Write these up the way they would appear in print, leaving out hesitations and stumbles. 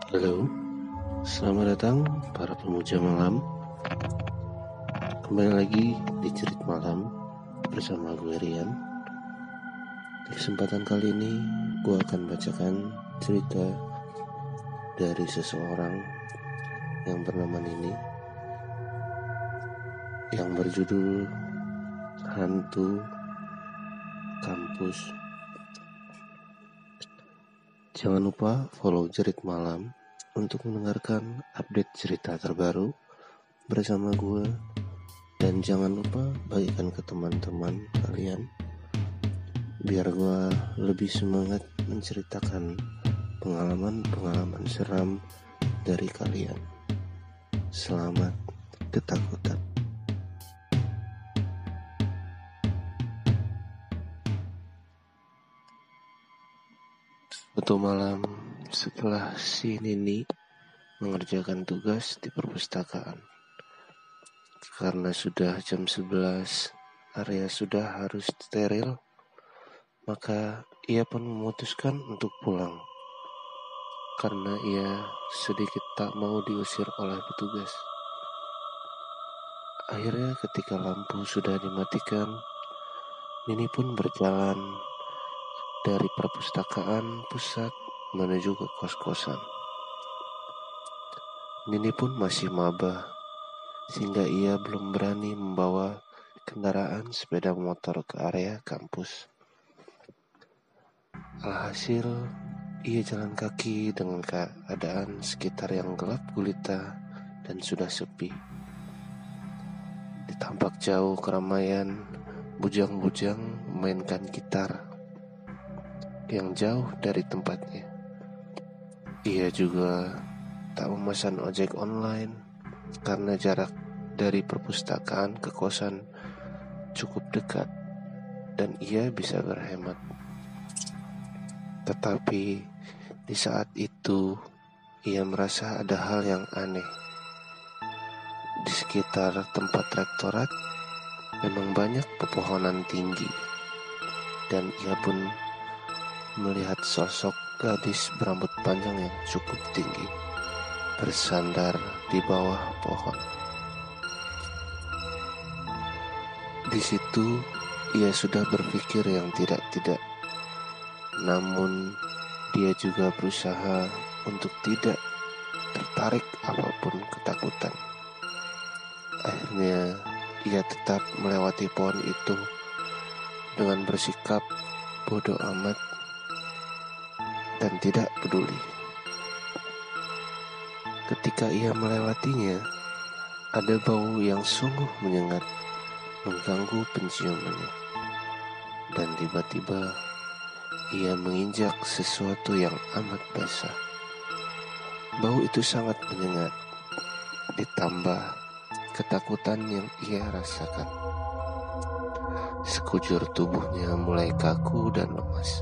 Halo, selamat datang para pemuja malam. Kembali lagi di Cerit Malam bersama gue Rian. Di kesempatan kali ini gue akan bacakan cerita dari seseorang yang bernama Nini, yang berjudul Hantu Kampus. Jangan lupa follow Cerit Malam untuk mendengarkan update cerita terbaru bersama gue. Dan jangan lupa bagikan ke teman-teman kalian biar gue lebih semangat menceritakan pengalaman-pengalaman seram dari kalian. Selamat ketakutan. Suatu malam setelah si Nini mengerjakan tugas di perpustakaan, karena sudah jam 11, area sudah harus steril, maka ia pun memutuskan untuk pulang karena ia sedikit tak mau diusir oleh petugas. Akhirnya ketika lampu sudah dimatikan, Nini pun berjalan dari perpustakaan pusat menuju ke kos-kosan. Nini pun masih maba, sehingga ia belum berani membawa kendaraan sepeda motor ke area kampus. Alhasil, ia jalan kaki dengan keadaan sekitar yang gelap gulita dan sudah sepi. Di tampak jauh keramaian, bujang-bujang memainkan gitar yang jauh dari tempatnya. Ia juga tak memesan ojek online karena jarak dari perpustakaan ke kosan cukup dekat dan ia bisa berhemat. Tetapi di saat itu ia merasa ada hal yang aneh. Di sekitar tempat rektorat memang banyak pepohonan tinggi, dan ia pun melihat sosok gadis berambut panjang yang cukup tinggi bersandar di bawah pohon. Di situ ia sudah berpikir yang tidak-tidak, namun dia juga berusaha untuk tidak tertarik apapun ketakutan. Akhirnya ia tetap melewati pohon itu dengan bersikap bodoh amat dan tidak peduli. Ketika ia melewatinya, ada bau yang sungguh menyengat mengganggu penciumannya, dan tiba-tiba ia menginjak sesuatu yang amat basah. Bau itu sangat menyengat, ditambah ketakutan yang ia rasakan. Sekujur tubuhnya mulai kaku dan lemas.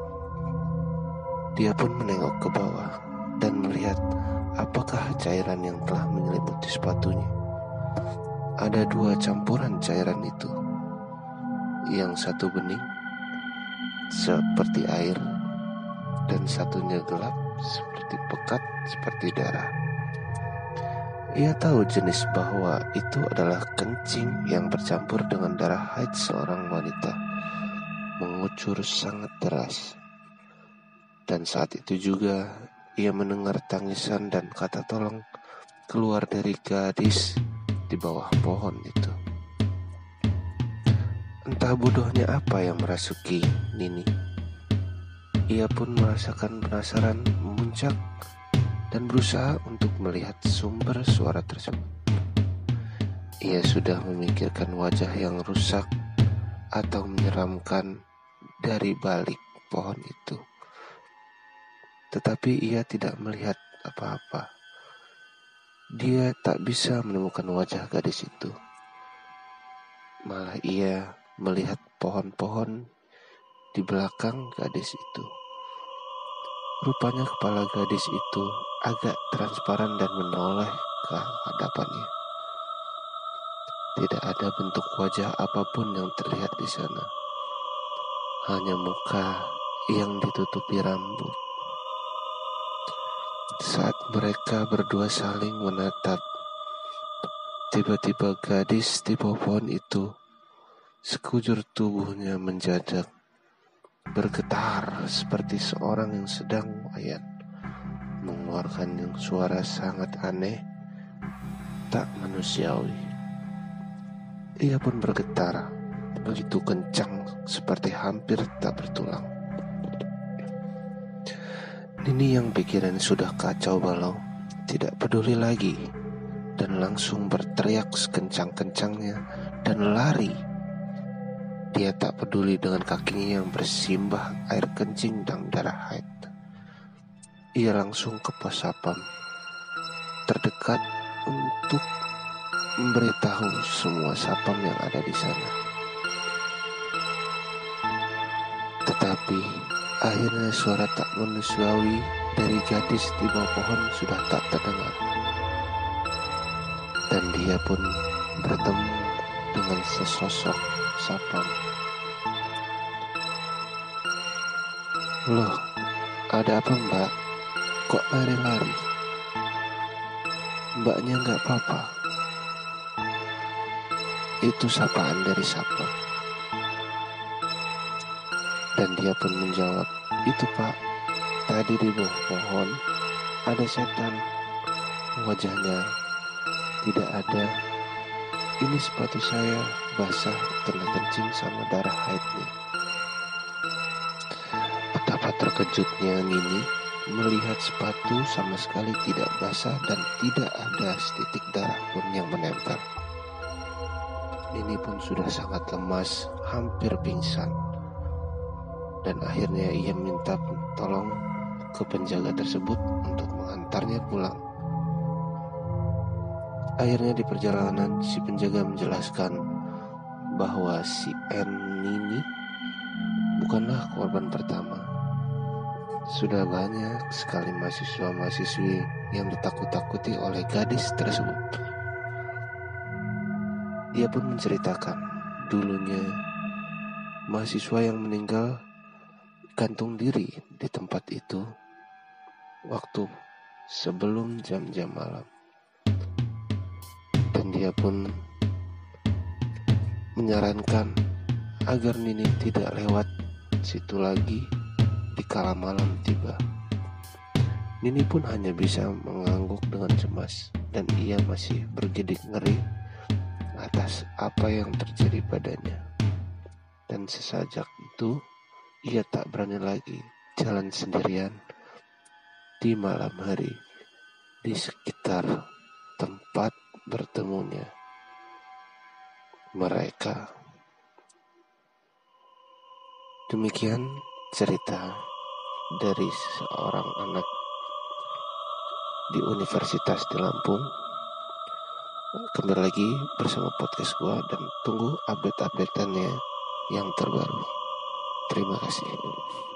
Dia pun menengok ke bawah dan melihat apakah cairan yang telah menyelimuti sepatunya. Ada 2 campuran cairan itu. Yang satu bening seperti air dan satunya gelap seperti pekat seperti darah. Ia tahu jenis bahwa itu adalah kencing yang bercampur dengan darah haid seorang wanita, mengucur sangat deras. Dan saat itu juga ia mendengar tangisan dan kata tolong keluar dari gadis di bawah pohon itu. Entah bodohnya apa yang merasuki Nini. Ia pun merasakan penasaran memuncak dan berusaha untuk melihat sumber suara tersebut. Ia sudah memikirkan wajah yang rusak atau menyeramkan dari balik pohon itu. Tetapi ia tidak melihat apa-apa. Dia tak bisa menemukan wajah gadis itu. Malah ia melihat pohon-pohon di belakang gadis itu. Rupanya kepala gadis itu agak transparan dan menoleh ke hadapannya. Tidak ada bentuk wajah apapun yang terlihat di sana. Hanya muka yang ditutupi rambut. Saat mereka berdua saling menatap, tiba-tiba gadis di bawah pohon itu, sekujur tubuhnya mendadak bergetar seperti seorang yang sedang wayat, mengeluarkan suara sangat aneh, tak manusiawi. Ia pun bergetar begitu kencang seperti hampir tak bertulang. Nini yang pikiran sudah kacau balau tidak peduli lagi dan langsung berteriak sekencang-kencangnya dan lari. Dia tak peduli dengan kakinya yang bersimbah air kencing dan darah haid. Ia langsung ke pos sapam terdekat untuk memberitahu semua sapam yang ada di sana. Tetapi akhirnya suara tak manusiawi dari gadis di bawah pohon sudah tak terdengar. Dan dia pun bertemu dengan sesosok sapam. "Loh, ada apa mbak? Kok lari-lari?" "Mbaknya gak apa-apa." Itu sapaan dari sapam. Dan dia pun menjawab, "Itu pak, tadi di bawah pohon ada setan. Wajahnya tidak ada. Ini sepatu saya basah kena kencing sama darah haidnya." Betapa terkejutnya Nini melihat sepatu sama sekali tidak basah dan tidak ada setitik darah pun yang menempel. Nini pun sudah sangat lemas, hampir pingsan. Dan akhirnya ia minta tolong ke penjaga tersebut untuk mengantarnya pulang. Akhirnya di perjalanan si penjaga menjelaskan bahwa si Nini bukanlah korban pertama. Sudah banyak sekali mahasiswa-mahasiswi yang ditakut-takuti oleh gadis tersebut. Dia pun menceritakan dulunya mahasiswa yang meninggal gantung diri di tempat itu waktu sebelum jam-jam malam. Dan dia pun menyarankan agar Nini tidak lewat situ lagi di kala malam tiba. Nini pun hanya bisa mengangguk dengan cemas dan ia masih bergidik ngeri atas apa yang terjadi padanya. Dan sesejak itu ia tak berani lagi jalan sendirian di malam hari di sekitar tempat bertemunya mereka. Demikian cerita dari seorang anak di Universitas di Lampung. Kembali lagi bersama podcast gua dan tunggu update-updateannya yang terbaru. Terima kasih.